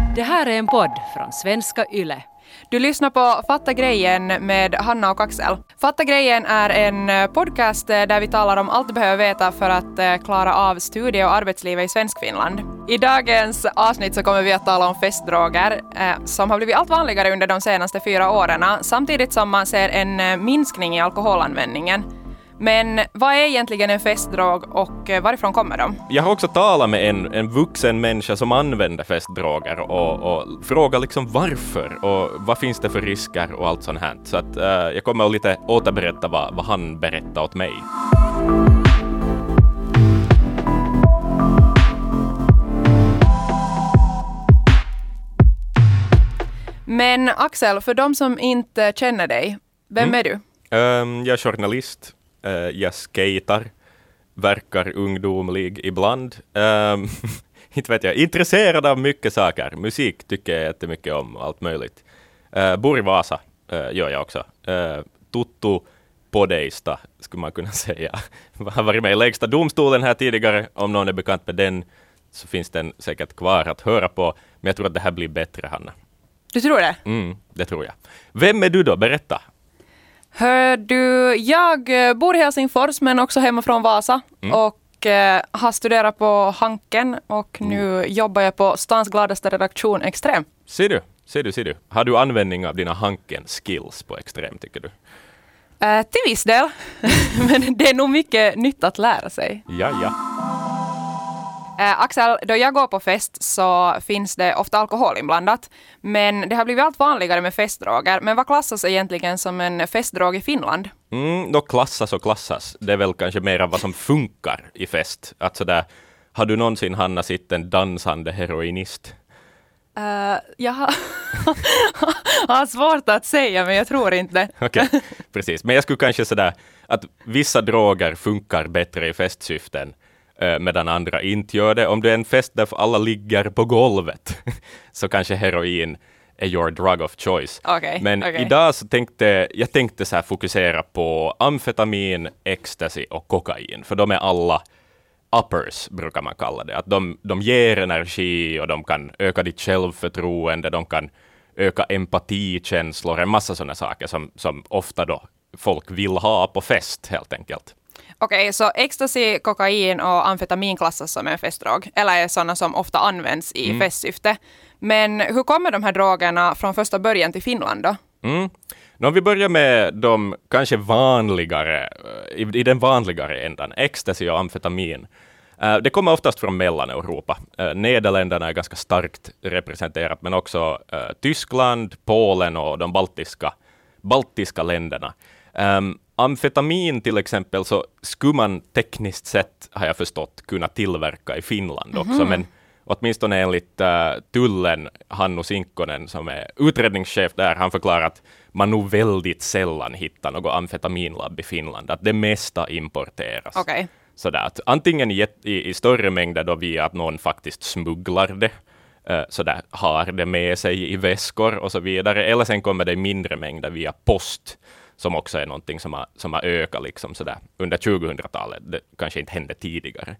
Det här är en podd från Svenska Yle. Du lyssnar på Fatta grejen med Hanna och Axel. Fatta grejen är en podcast där vi talar om allt du behöver veta för att klara av studie- och arbetslivet i Svenskfinland. I dagens avsnitt så kommer vi att tala om festdroger som har blivit allt vanligare under de senaste 4 åren, samtidigt som man ser en minskning i alkoholanvändningen. Men vad är egentligen en festdrog och varifrån kommer de? Jag har också talat med en vuxen människa som använder festdroger och frågar liksom varför och vad finns det för risker och allt sånt här. Så att jag kommer att lite återberätta vad han berättade åt mig. Men Axel, för de som inte känner dig, vem är du? Jag är journalist. Jag skater, verkar ungdomlig ibland. Inte vet jag, intresserad av mycket saker. Musik tycker jag jättemycket om, allt möjligt. Bor i Vasa gör jag också. Tuttu podeista skulle man kunna säga. Har varit med i lägsta domstolen här tidigare. Om någon är bekant med den så finns den säkert kvar att höra på. Men jag tror att det här blir bättre, Hanna. Du tror det? Det tror jag. Vem är du då? Berätta. Hör du, jag bor i Helsingfors men också hemma från Vasa och har studerat på Hanken och nu jobbar jag på stans gladaste redaktion Extrem. Ser du. Har du användning av dina Hanken-skills på Extrem, tycker du? Till viss del, men det är nog mycket nytt att lära sig. Ja. Axel, då jag går på fest så finns det ofta alkohol inblandat, men det har blivit allt vanligare med festdroger. Men vad klassas egentligen som en festdrog i Finland? Då klassas. Det är väl kanske mer av vad som funkar i fest. Att sådär, har du någonsin, Hanna, sett en dansande heroinist? Jag har svårt att säga, men jag tror inte. Okej, precis. Men jag skulle kanske sådär att vissa droger funkar bättre i festsyften medan andra inte gör det. Om det är en fest där alla ligger på golvet så kanske heroin är your drug of choice. Men idag så tänkte jag så här fokusera på amfetamin, ecstasy och kokain. För de är alla uppers, brukar man kalla det. Att de ger energi och de kan öka ditt självförtroende, de kan öka empatikänslor, en massa sådana saker som ofta då folk vill ha på fest helt enkelt. Okej, så ecstasy, kokain och amfetamin klassas som en festdrog, eller är sådana som ofta används i festsyfte. Men hur kommer de här drogerna från första början till Finland då? Om vi börjar med de kanske vanligare, i den vanligare ändan, ecstasy och amfetamin. Det kommer oftast från Mellaneuropa. Nederländerna är ganska starkt representerat, men också Tyskland, Polen och de baltiska länderna. Amfetamin till exempel så skulle man tekniskt sett, har jag förstått, kunna tillverka i Finland också, men åtminstone enligt tullen, Hannu Sinkkonen som är utredningschef där, han förklarar att man nog väldigt sällan hittar något amfetaminlabb i Finland, att det mesta importeras. Okay. Sådär, att antingen i större mängder då via att någon faktiskt smugglar det, sådär, har det med sig i väskor och så vidare, eller sen kommer det i mindre mängder via post, som också är någonting som har ökat liksom sådär under 2000-talet. Det kanske inte hände tidigare.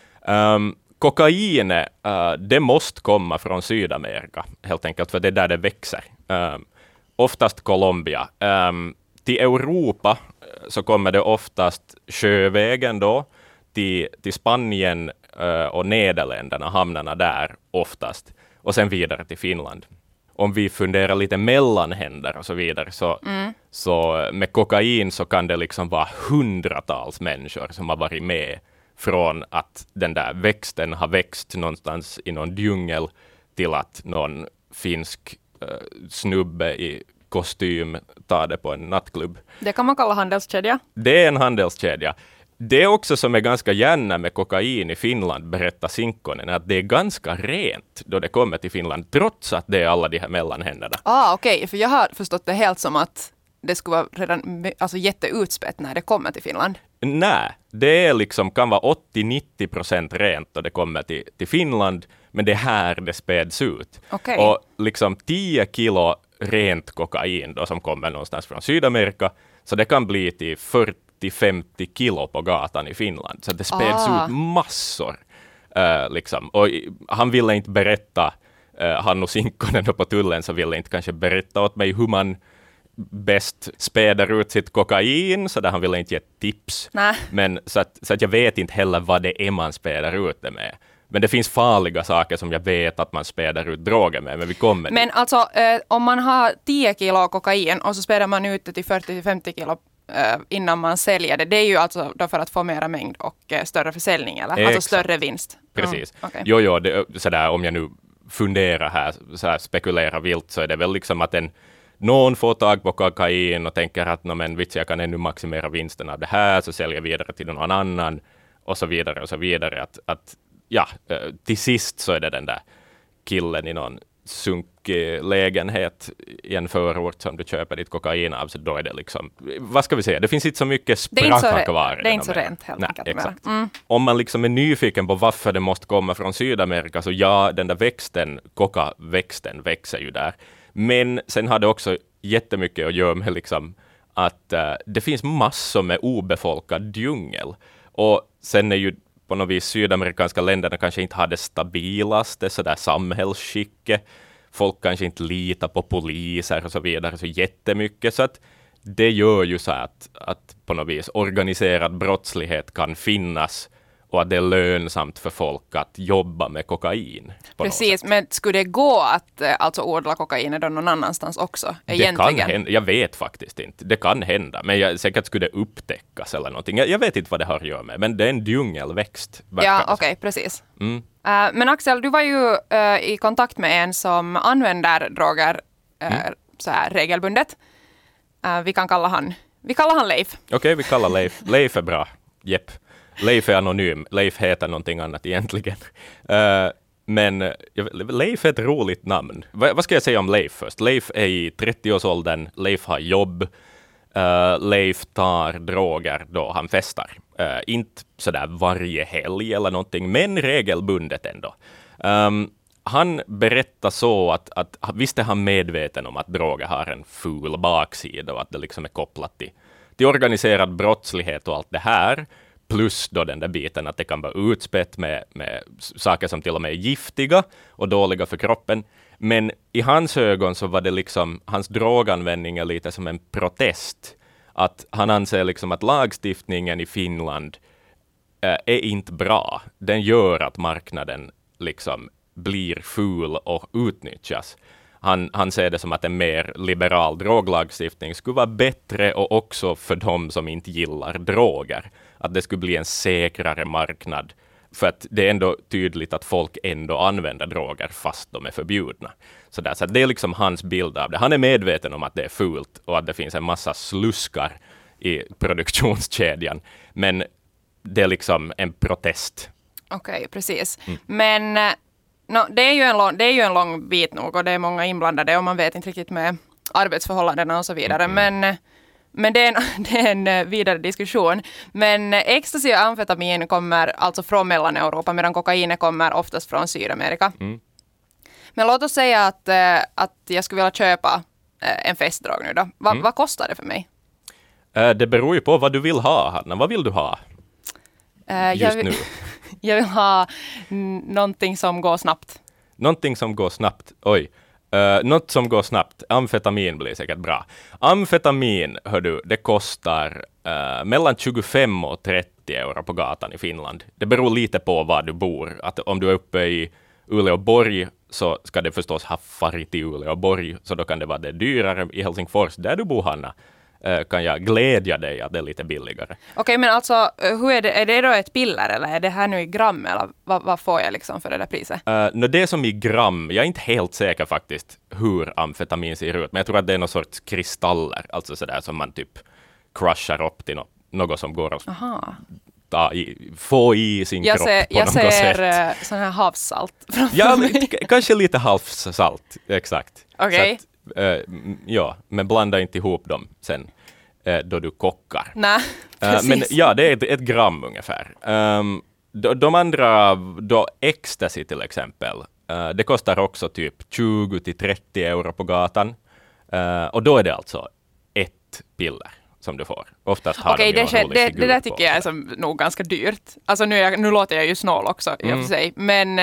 Kokain, det måste komma från Sydamerika, helt enkelt, för det är där det växer. Oftast Colombia. Till Europa så kommer det oftast sjövägen då, till Spanien och Nederländerna, hamnarna där oftast, och sen vidare till Finland. Om vi funderar lite mellanhänder och så vidare, så med kokain så kan det liksom vara hundratals människor som har varit med från att den där växten har växt någonstans i någon djungel till att någon finsk snubbe i kostym tar det på en nattklubb. Det kan man kalla handelskedja. Det är en handelskedja. Det också som är ganska gärna med kokain i Finland, berättar Sinkkonen, att det är ganska rent då det kommer till Finland, trots att det är alla de här mellanhänderna. Okej. För jag har förstått det helt som att det skulle vara redan jätteutspätt när det kommer till Finland. Nej, det är liksom, kan vara 80-90% rent då det kommer till Finland, men det är här det späds ut. Okay. Och liksom 10 kilo rent kokain då, som kommer någonstans från Sydamerika, så det kan bli till 40-50 kilo på gatan i Finland. Så det späds ut massor. Liksom. Och han ville inte berätta Hannu Sinkkonen på tullen så ville inte kanske berätta åt mig hur man bäst späder ut sitt kokain, så där han ville inte ge tips. Men så att jag vet inte heller vad det är man späder ut det med. Men det finns farliga saker som jag vet att man späder ut droger med, men vi kommer. Men alltså, om man har 10 kilo kokain och så späder man ut det till 40-50 kilo innan man säljer det. Det är ju alltså då för att få mera mängd och större försäljning, eller? Alltså större vinst. Precis. Okay. Jo, sådär, om jag nu funderar här, så här, spekulerar vilt, så är det väl liksom att någon får tag på kokain och tänker att jag kan ännu maximera vinsten av det här, så säljer jag vidare till någon annan och så vidare och så vidare. Till sist så är det den där killen i någon sunkig lägenhet i en förort som du köper ditt kokain av, så då är det liksom, vad ska vi säga, det finns inte så mycket spraka kvar. Det är inte så rent helt enkelt. Exakt. Om man liksom är nyfiken på varför det måste komma från Sydamerika, så den där kokaväxten växer ju där. Men sen har det också jättemycket att göra med liksom att det finns massor med obefolkad djungel. Och sen är ju på något vis sydamerikanska länderna kanske inte har det stabilaste så där samhällsskicket. Folk kanske inte litar på poliser och så vidare så jättemycket. Så att det gör ju så att på något vis organiserad brottslighet kan finnas och att det är lönsamt för folk att jobba med kokain. Precis, men skulle det gå att alltså odla kokain då någon annanstans också? Egentligen? Det kan hända, jag vet faktiskt inte. Det kan hända, men säkert skulle det upptäckas eller någonting. Jag vet inte vad det har att göra med, men det är en djungelväxt. Ja, okej, precis. Men Axel, du var ju i kontakt med en som använder droger så här regelbundet. Vi kallar han Leif. Okej, vi kallar Leif. Leif är bra. Jepp. Leif är anonym. Leif heter någonting annat egentligen. Men Leif är ett roligt namn. Vad ska jag säga om Leif först? Leif är i 30-årsåldern. Leif har jobb. Leif tar droger då han festar. Inte sådär varje helg eller någonting, men regelbundet ändå. Han berättar så att visst är han medveten om att droger har en ful baksida och att det liksom är kopplat till organiserad brottslighet och allt det här. Plus då den där biten att det kan vara utspätt med saker som till och med är giftiga och dåliga för kroppen. Men i hans ögon så var det liksom, hans droganvändning är lite som en protest. Att han anser liksom att lagstiftningen i Finland är inte bra. Den gör att marknaden liksom blir ful och utnyttjas. Han ser det som att en mer liberal droglagstiftning skulle vara bättre och också för dem som inte gillar droger. Att det skulle bli en säkrare marknad. För att det är ändå tydligt att folk ändå använder droger fast de är förbjudna. Så det är liksom hans bild av det. Han är medveten om att det är fult och att det finns en massa sluskar i produktionskedjan. Men det är liksom en protest. Okej, precis. Men det är ju en lång bit nog och det är många inblandade och man vet inte riktigt med arbetsförhållandena och så vidare. Men det är en vidare diskussion. Men ecstasy och amfetamin kommer alltså från Mellaneuropa medan kokainet kommer oftast från Sydamerika. Men låt oss säga att jag skulle vilja köpa en festdrog nu då. Vad kostar det för mig? Det beror ju på vad du vill ha, Hanna. Vad vill du ha just nu? Jag vill ha någonting som går snabbt. Någonting som går snabbt? Oj. Något som går snabbt. Amfetamin blir säkert bra. Amfetamin, det kostar mellan 25 och 30 euro på gatan i Finland. Det beror lite på var du bor. Att om du är uppe i Uleåborg så ska det förstås ha farit i Uleåborg. Så då kan det vara det dyrare i Helsingfors. Där du bor, Hanna, kan jag glädja dig att det är lite billigare. Okej, men alltså hur är det då ett piller eller är det här nu i gram eller vad får jag liksom för det där priset? Det är som i gram. Jag är inte helt säker faktiskt hur amfetamin ser ut, men jag tror att det är någon sorts kristaller, alltså sådär som man typ crushar upp till något som går att få i sin kropp på något sätt. Jag ser sån här havssalt framför ja, mig. Kanske lite havssalt, exakt. Okej. Ja, men blanda inte ihop dem sen då du kockar. Nej, precis. Men ja, det är ett gram ungefär. De andra, då ecstasy till exempel, det kostar också typ 20-30 euro på gatan. Och då är det alltså ett piller som du får. Oftast har Okej, de ju en rolig figur det där tycker jag är nog ganska dyrt. Alltså nu låter jag ju snål också i och för sig. Men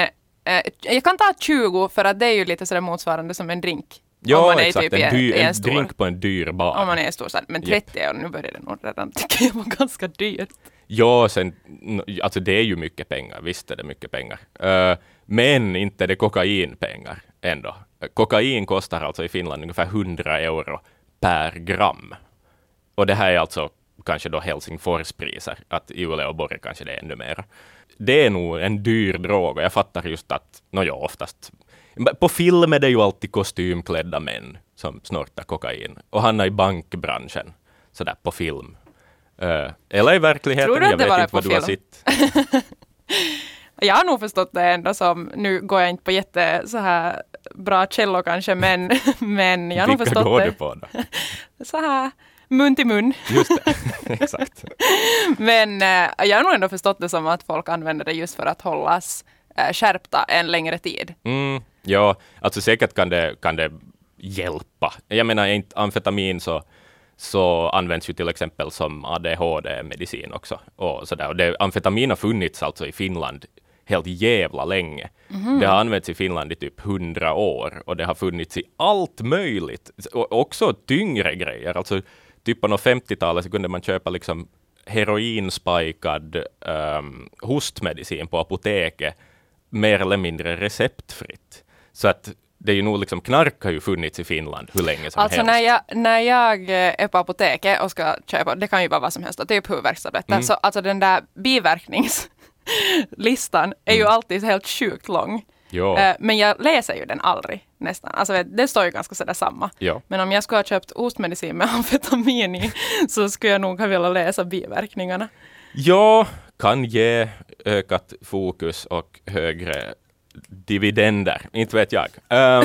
Jag kan ta 20 för att det är ju lite sådär motsvarande som en drink. Ja, exakt. Typ En drink på en dyr bar. Om man är i storstad. Men 30 euro, nu börjar det nog redan tycker jag var ganska dyrt. Ja, sen, alltså det är ju mycket pengar. Visst är det mycket pengar. Men inte det kokainpengar ändå. Kokain kostar alltså i Finland ungefär 100 euro per gram. Och det här är alltså kanske då Helsingforspriser. Att i Uleåborg kanske det är ännu mer. Det är nog en dyr drog och jag fattar just att, oftast. På film är det ju alltid kostymklädda män som snortar kokain. Och han är i bankbranschen, sådär på film. Eller i verkligheten, tror du att jag det vet var inte vad på du har film? sett. Jag har nog förstått det ändå som, nu går jag inte på jätte så här bra källor kanske, men jag har nog Vilka förstått går det. du på då? Så här mun till mun. Just det, exakt. Men jag har nog ändå förstått det som att folk använder det just för att hållas skärpta en längre tid. Ja, alltså säkert kan det hjälpa. Jag menar, inte amfetamin så används ju till exempel som ADHD-medicin också. Och sådär. Och amfetamin har funnits alltså i Finland helt jävla länge. Det har använts i Finland i typ 100 år och det har funnits i allt möjligt. Och också tyngre grejer. Alltså typ på 50-talet så kunde man köpa liksom heroinspikad hostmedicin på apoteket mer eller mindre receptfritt. Så att det är ju nog liksom, knark har ju funnits i Finland hur länge som alltså helst. när jag är på apoteket och ska köpa, det kan ju vara vad som helst, typ huvudvärkstabletter, så alltså den där biverkningslistan är ju alltid helt sjukt lång. Ja. Men jag läser ju den aldrig nästan. Alltså det står ju ganska sådär samma. Ja. Men om jag skulle ha köpt hostmedicin med amfetamin i så skulle jag nog ha velat läsa biverkningarna. Ja, kan ge ökat fokus och högre dividender. Inte vet jag.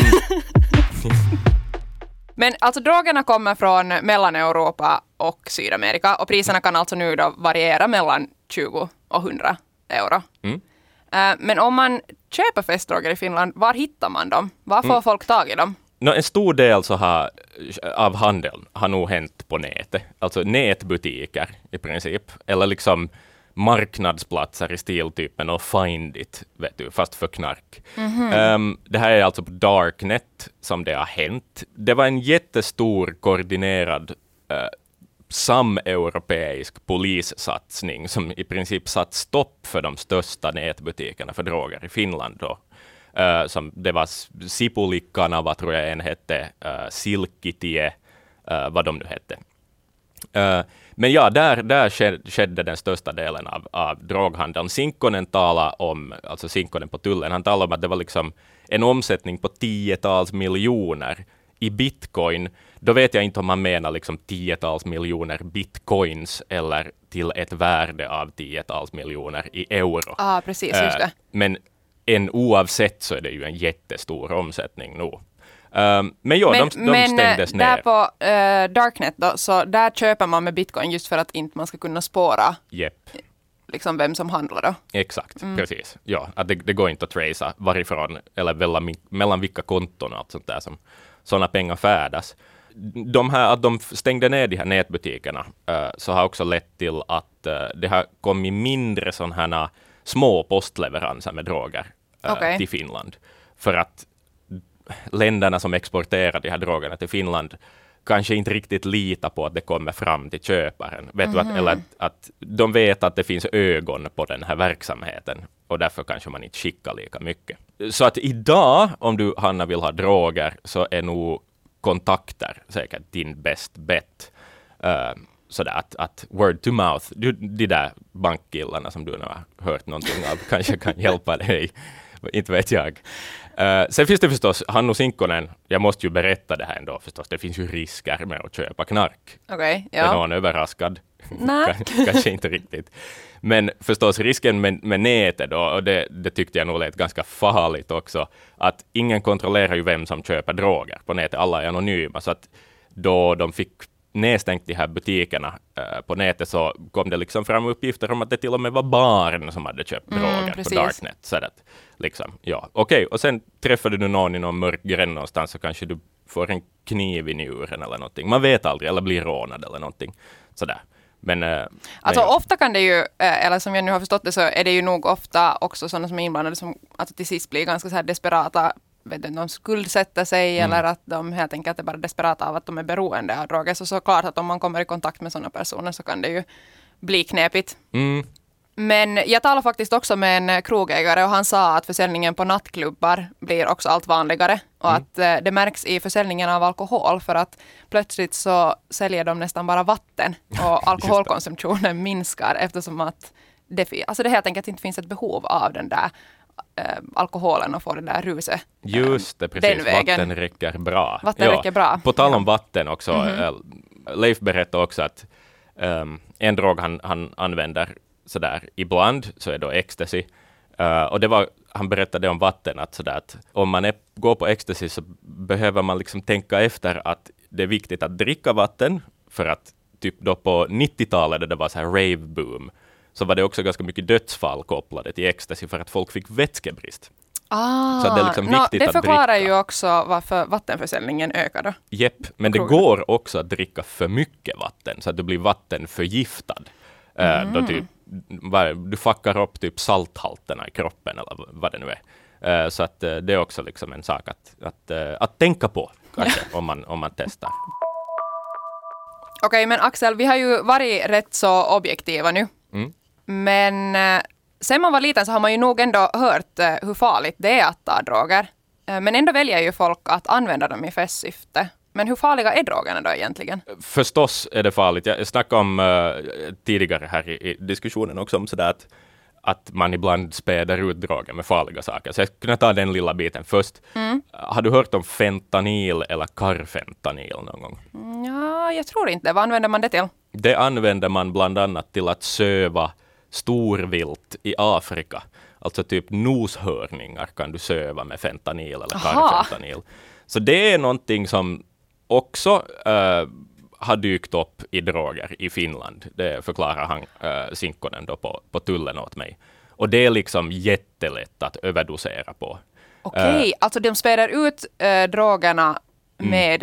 Men alltså drogerna kommer från Mellaneuropa och Sydamerika och priserna kan alltså nu då variera mellan 20 och 100 euro. Men om man köper festdroger i Finland, var hittar man dem? Var får folk tag i dem? En stor del av handeln har nog hänt på nätet. Alltså nätbutiker i princip. Eller liksom marknadsplatser i stiltypen och Find It, vet du, fast för knark. Det här är alltså på Darknet som det har hänt. Det var en jättestor koordinerad sameuropeisk polissatsning som i princip satt stopp för de största nätbutikerna för droger i Finland då. Som det var Sipulikana, vad tror jag en hette, Silkkitie, vad de nu hette. Men ja, där skedde den största delen av droghandeln. Sinkkonen talade om, alltså Sinkkonen på tullen, han talade om att det var liksom en omsättning på 10-tals miljoner i bitcoin. Då vet jag inte om man menar liksom 10-tals miljoner bitcoins eller till ett värde av 10-tals miljoner i euro. Ja, precis, just det. Men oavsett så är det ju en jättestor omsättning nu. Men ja, de stängdes ner. Där på Darknet då, så där köper man med bitcoin just för att inte man ska kunna spåra liksom vem som handlar då. Exakt, precis. Ja, att det går inte att tracea varifrån eller mellan vilka konton och allt sånt där som sådana pengar färdas. Att de stängde ner de här nätbutikerna så har också lett till att det har kommit mindre sådana här små postleveranser med droger till Finland. För att länderna som exporterar de här drogerna till Finland kanske inte riktigt litar på att det kommer fram till köparen. Vet du att de vet att det finns ögon på den här verksamheten och därför kanske man inte skickar lika mycket. Så att idag, om du, Hanna, vill ha droger så är nog kontakter säkert din best bet. Sådär att word to mouth, de där bankkillarna som du nu har hört någonting av kanske kan hjälpa dig. Inte vet jag. Sen finns det förstås, Hannu Sinkkonen, jag måste ju berätta det här ändå förstås, det finns ju risker med att köpa knark. Okej, Är ja. någon överraskad? Nej. Kanske inte riktigt. Men förstås risken med nätet då, och det tyckte jag nog lät ganska farligt också, att ingen kontrollerar ju vem som köper droger på nätet, alla är anonyma, så att då de fick nedstängt de här butikerna på nätet så kom det liksom fram uppgifter om att det till och med var barn som hade köpt droger precis. på Darknet. Så att, liksom, ja, okej. Och sen träffade du någon i någon mörk gränd någonstans så kanske du får en kniv i njuren eller någonting. Man vet aldrig, eller blir rånad eller någonting. Sådär. Men, alltså men, ofta kan det ju, eller som jag nu har förstått det så är det ju nog ofta också sådana som är inblandade som alltså till sist blir ganska så här desperata, vet du, de skuldsätter sig eller att de helt enkelt är bara desperata av att de är beroende av droger. Så klart att om man kommer i kontakt med sådana personer så kan det ju bli knepigt. Men jag talade faktiskt också med en krogägare och han sa att försäljningen på nattklubbar blir också allt vanligare och att det märks i försäljningen av alkohol för att plötsligt så säljer de nästan bara vatten och alkoholkonsumtionen minskar eftersom att det helt enkelt inte finns ett behov av den där alkoholen och få det där ruset. Just det, precis. Vatten räcker bra. Vatten räcker bra. På tal om vatten också. Leif berättade också att en drog han använder sådär ibland så är då ecstasy. Och han berättade om vatten att om man går på ecstasy så behöver man liksom tänka efter att det är viktigt att dricka vatten för att typ då på 90-talet där det var så här rave boom så var det också ganska mycket dödsfall kopplade till ecstasy för att folk fick vätskebrist. Så det är liksom viktigt det förklarar att dricka. ju också varför vattenförsäljningen ökar då. Jepp, men det går också att dricka för mycket vatten så att du blir vattenförgiftad. Då typ, du fuckar upp typ salthalterna i kroppen eller vad det nu är. Så att det är också liksom en sak att tänka på kanske om man testar. Okej, men Axel, vi har ju varit rätt så objektiva nu. Men sen man var liten så har man ju nog ändå hört hur farligt det är att ta droger. Men ändå väljer ju folk att använda dem i festsyfte. Men hur farliga är drogerna då egentligen? Förstås är det farligt. Jag snackade om tidigare här i diskussionen också om sådär att man ibland späder ut droger med farliga saker. Så jag skulle ta den lilla biten först. Har du hört om fentanyl eller karfentanyl någon gång? Ja, jag tror inte. Vad använder man det till? Det använder man bland annat till att söva storvilt i Afrika. Alltså typ noshörningar kan du söva med fentanyl eller karfentanyl. Så det är någonting som också har dykt upp i droger i Finland. Det förklarar han Sinkkonen då på tullen åt mig. Och det är liksom jättelätt att överdosera på. Okej, alltså de späder ut drogerna med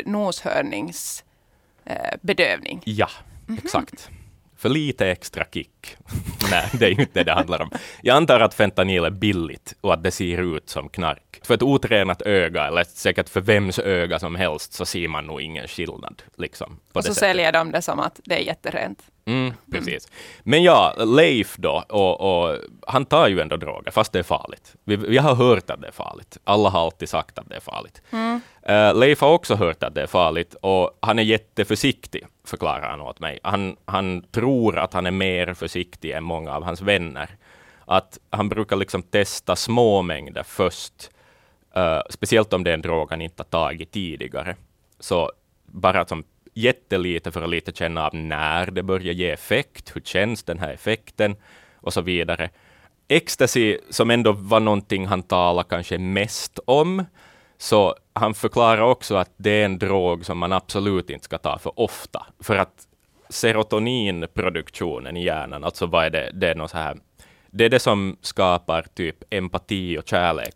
noshörningsbedövning. Ja, exakt. För lite extra kick. Nej, det är ju inte det handlar om. Jag antar att fentanyl är billigt och att det ser ut som knark. För ett otränat öga, eller säkert för vems öga som helst, så ser man nog ingen skillnad. Liksom, och så säljer de det som att det är jätterent. Precis. Men ja, Leif då, och han tar ju ändå droger, fast det är farligt. Vi har hört att det är farligt. Alla har alltid sagt att det är farligt. Leif har också hört att det är farligt, och han är jätteförsiktig, förklarar han åt mig. Han tror att han är mer försiktig än många av hans vänner. Att han brukar liksom testa små mängder först, speciellt om det är en drog han inte har tagit tidigare. Så bara som jättelite för att lite känna av när det börjar ge effekt, hur känns den här effekten och så vidare. Ecstasy, som ändå var någonting han talade kanske mest om, så han förklarar också att det är en drog som man absolut inte ska ta för ofta. För att serotoninproduktionen i hjärnan, alltså vad är det? Det är något så här, det är det som skapar typ empati och kärlek.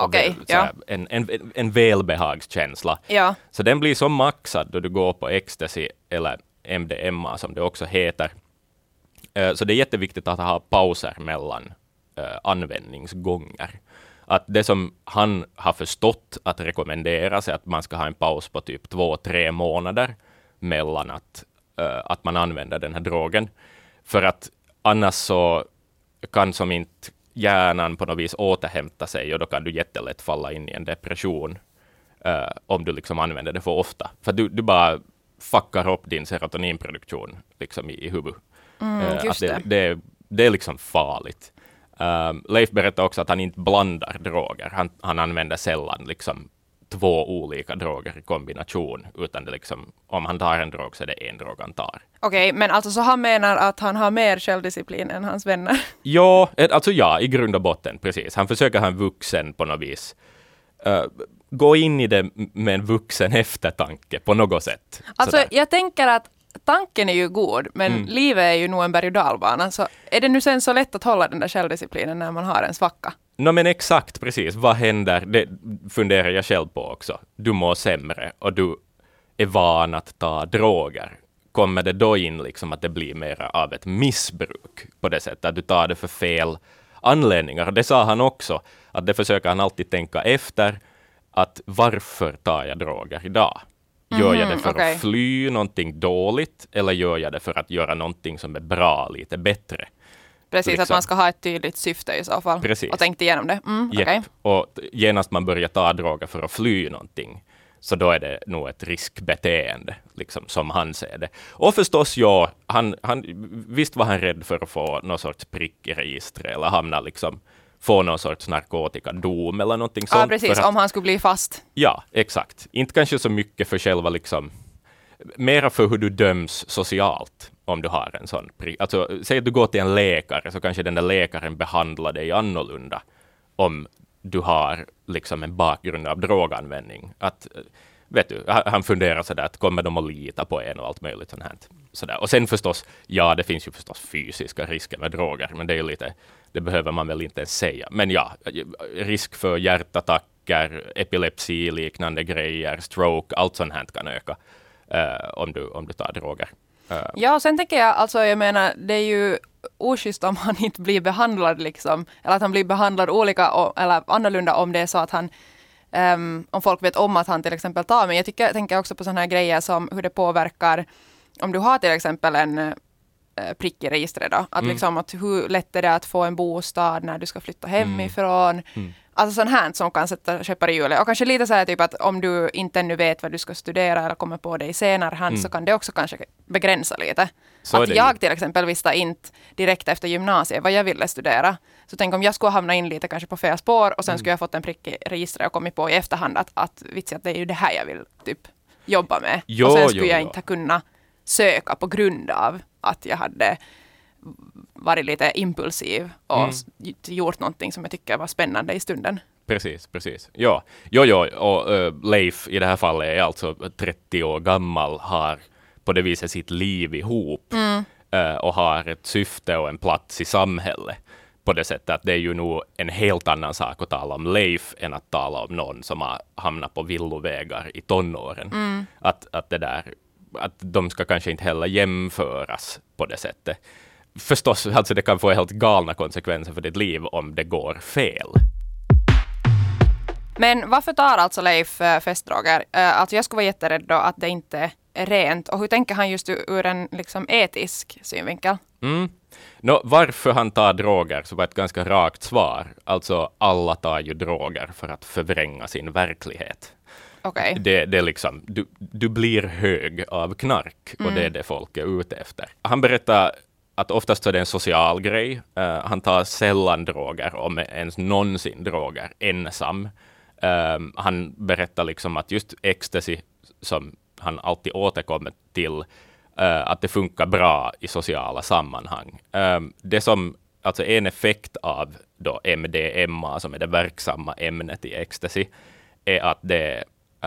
En välbehagskänsla. Ja. Så den blir så maxad då du går på ecstasy eller MDMA som det också heter. Så det är jätteviktigt att ha pauser mellan användningsgånger. Att det som han har förstått att rekommendera sig att man ska ha en paus på typ 2-3 månader mellan att man använder den här drogen. För att annars så kan som inte hjärnan på något vis återhämta sig, och då kan du jättelätt falla in i en depression om du liksom använder det för ofta. För du bara fuckar upp din serotoninproduktion liksom i huvudet. Det är liksom farligt. Leif berättar också att han inte blandar droger. Han använder sällan liksom 2 olika droger i kombination, utan det liksom, om han tar en drog så är det en drog han tar. Okej, men alltså så han menar att han har mer självdisciplin än hans vänner? Ja, alltså ja, i grund och botten, precis. Han försöker ha en vuxen på något vis. Gå in i det med en vuxen eftertanke på något sätt. Alltså jag tänker att tanken är ju god, men livet är ju nog en berg- och dalbana. Så är det nu sen så lätt att hålla den där självdisciplinen när man har en svacka? Men exakt, precis. Vad händer? Det funderar jag själv på också. Du mår sämre och du är van att ta droger. kommer det då in liksom att det blir mer av ett missbruk på det sättet att du tar det för fel anledningar. Det sa han också, att det försöker han alltid tänka efter, att varför tar jag droger idag? Gör jag det för att fly någonting dåligt eller gör jag det för att göra någonting som är bra, lite bättre? Precis, liksom. Att man ska ha ett tydligt syfte i så fall. Precis. Och tänkt igenom det. Okay. Och genast man börjar ta droger för att fly någonting, så då är det nog ett riskbeteende, liksom, som han ser det. Och förstås, ja, visst var han rädd för att få någon sorts prick i registret eller hamna liksom, få någon sorts narkotikadom eller någonting sånt. Ja, precis, om han skulle bli fast. Ja, exakt. Inte kanske så mycket för själva liksom, mera för hur du döms socialt om du har en sån prick. Alltså, säg att du går till en läkare, så kanske den där läkaren behandlar dig annorlunda om du har liksom en bakgrund av droganvändning. Att, vet du, han funderar sådär att kommer de att lita på en och allt möjligt sånt här. Sådär. Och sen förstås, ja, det finns ju förstås fysiska risker med droger, men det är ju lite, det behöver man väl inte ens säga. Men ja, risk för hjärtattacker, epilepsi, liknande grejer, stroke, allt sånt här kan öka om du tar droger. Ja, och sen tänker jag, alltså jag menar, det är ju oschysst om han inte blir behandlad liksom, eller att han blir behandlad olika eller annorlunda om det är så att han om folk vet om att han till exempel tar. Men jag tänker också på sådana här grejer som hur det påverkar om du har till exempel en prick i registret då. Att liksom att hur lätt är det att få en bostad när du ska flytta hemifrån. Alltså sånt här som kan sätta käppar i hjulet. Och kanske lite så här typ att om du inte ännu vet vad du ska studera eller kommer på det i senare hand så kan det också kanske begränsa lite. Så att jag till exempel visste inte direkt efter gymnasiet vad jag ville studera. Så tänk om jag skulle hamna in lite kanske på fel spår och sen skulle jag fått en prick i registret och kommit på i efterhand att det är ju det här jag vill typ jobba med. Och sen skulle jag inte kunna söka på grund av att jag hade varit lite impulsiv och gjort någonting som jag tycker var spännande i stunden. Precis. Ja. Och Leif i det här fallet är alltså 30 år gammal, har på det viset sitt liv ihop och har ett syfte och en plats i samhället. På det sättet att det är ju nog en helt annan sak att tala om Leif än att tala om någon som har hamnat på villovägar i tonåren. Att det där, att de ska kanske inte heller jämföras på det sättet. Förstås, alltså det kan få helt galna konsekvenser för ditt liv om det går fel. Men varför tar alltså Leif festdroger? Alltså jag skulle vara jätterädd då att det inte är rent. Och hur tänker han just ur en liksom etisk synvinkel? Varför han tar droger så var ett ganska rakt svar. Alltså alla tar ju droger för att förvränga sin verklighet. Okay. Det är liksom, du blir hög av knark och det är det folk är ute efter. Han berättar att oftast så är det en social grej. Han tar sällan droger, om ens någonsin droger, ensam. Han berättar liksom att just ecstasy, som han alltid återkommer till, att det funkar bra i sociala sammanhang. Det som, alltså en effekt av då MDMA, som är det verksamma ämnet i ecstasy, är att det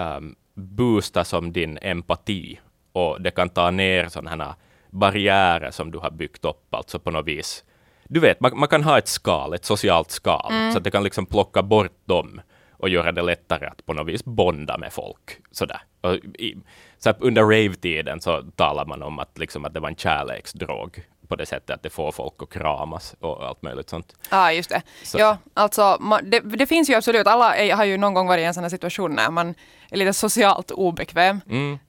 boostar som din empati och det kan ta ner sådana här barriärer som du har byggt upp, alltså på något vis. Du vet, man kan ha ett socialt skal, så att det kan liksom plocka bort dem och göra det lättare att på något vis bonda med folk. Sådär. Och så under rave-tiden så talar man om att, liksom, att det var en kärleksdrog på det sättet att det får folk att kramas och allt möjligt sånt. Ja, just det. Så. Ja, alltså, det finns ju absolut, alla har ju någon gång varit i en sån här situation när man är lite socialt obekväm.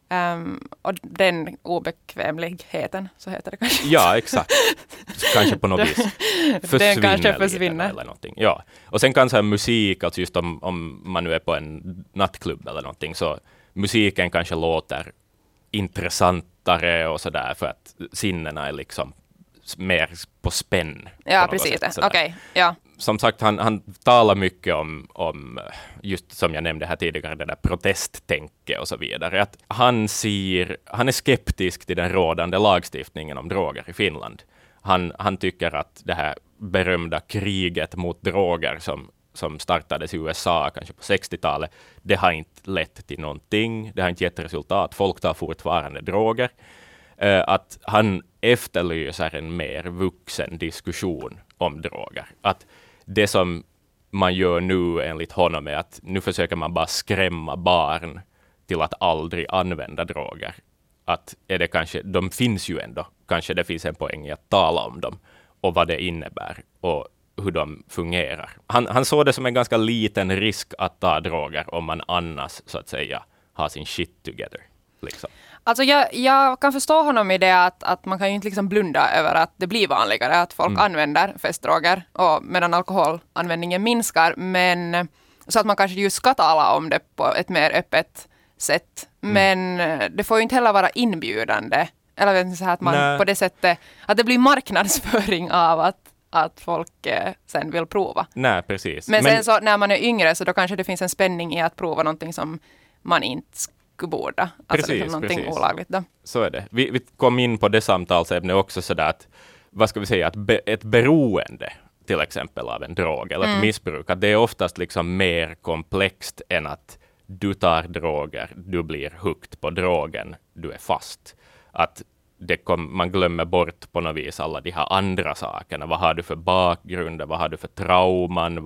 Och den obekvämligheten, så heter det kanske. Ja, exakt. Kanske på något vis den kanske försvinner. Eller någonting. Ja. Och sen kan så här musik, alltså just om man nu är på en nattklubb eller någonting, så musiken kanske låter intressantare och sådär för att sinnena är liksom mer på spänn. Ja, precis. Okej, ja. Som sagt, han talar mycket om just som jag nämnde här tidigare, det där protesttänke och så vidare. Att han är skeptisk till den rådande lagstiftningen om droger i Finland. Han tycker att det här berömda kriget mot droger som startades i USA kanske på 60-talet, det har inte lett till någonting. Det har inte gett resultat. Folk tar fortfarande droger. Att han efterlyser en mer vuxen diskussion om droger. Att det som man gör nu enligt honom är att nu försöker man bara skrämma barn till att aldrig använda droger. att är det kanske, de finns ju ändå, kanske det finns en poäng i att tala om dem och vad det innebär och hur de fungerar. Han såg det som en ganska liten risk att ta droger om man annars så att säga har sin shit together. Liksom. Alltså jag kan förstå honom i det att man kan ju inte liksom blunda över att det blir vanligare att folk använder festdroger och medan alkoholanvändningen minskar, men så att man kanske just ska tala om det på ett mer öppet sätt. Men det får ju inte heller vara inbjudande. Eller vet inte, så här att man på det sättet, att det blir marknadsföring av att folk sen vill prova. Nej, precis. Men sen så när man är yngre så då kanske det finns en spänning i att prova någonting som man inte skulle borde. Alltså precis, liksom någonting olagligt då. Så är det. Vi kom in på det samtalsämnet också sådär att, vad ska vi säga, att ett beroende till exempel av en drog eller ett missbruk, att det är oftast liksom mer komplext än att du tar droger, du blir hooked på drogen, du är fast. Att man glömmer bort på något vis alla de här andra sakerna. Vad har du för bakgrunder? Vad har du för trauman?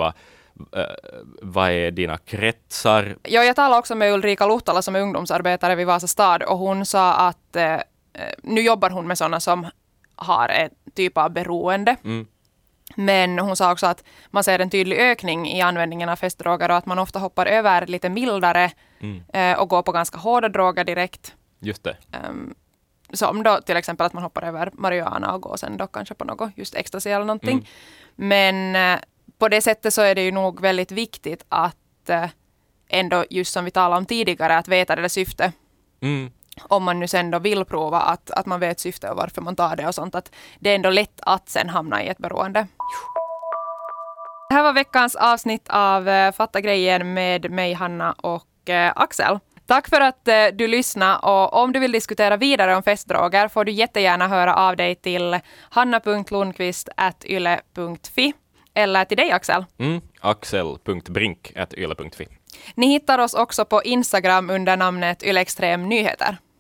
Vad är dina kretsar? Ja, jag talade också med Ulrika Luhtala som är ungdomsarbetare vid Vasa stad och hon sa att nu jobbar hon med sådana som har en typ av beroende. Men hon sa också att man ser en tydlig ökning i användningen av festdroger och att man ofta hoppar över lite mildare och går på ganska hårda droger direkt. Just det. Som då till exempel att man hoppar över marijuana och går sen då kanske på något just ecstasy eller någonting. Men på det sättet så är det ju nog väldigt viktigt att ändå just som vi talade om tidigare att veta det där syftet. Om man nu sen då vill prova att man vet syftet och varför man tar det och sånt. Att det är ändå lätt att sen hamna i ett beroende. Det här var veckans avsnitt av Fatta grejen med mig, Hanna och Axel. Tack för att du lyssnade och om du vill diskutera vidare om festdroger får du jättegärna höra av dig till hanna.lundqvist@yle.fi eller till dig Axel. Axel.brink@yle.fi. Ni hittar oss också på Instagram under namnet ylextremnyheter.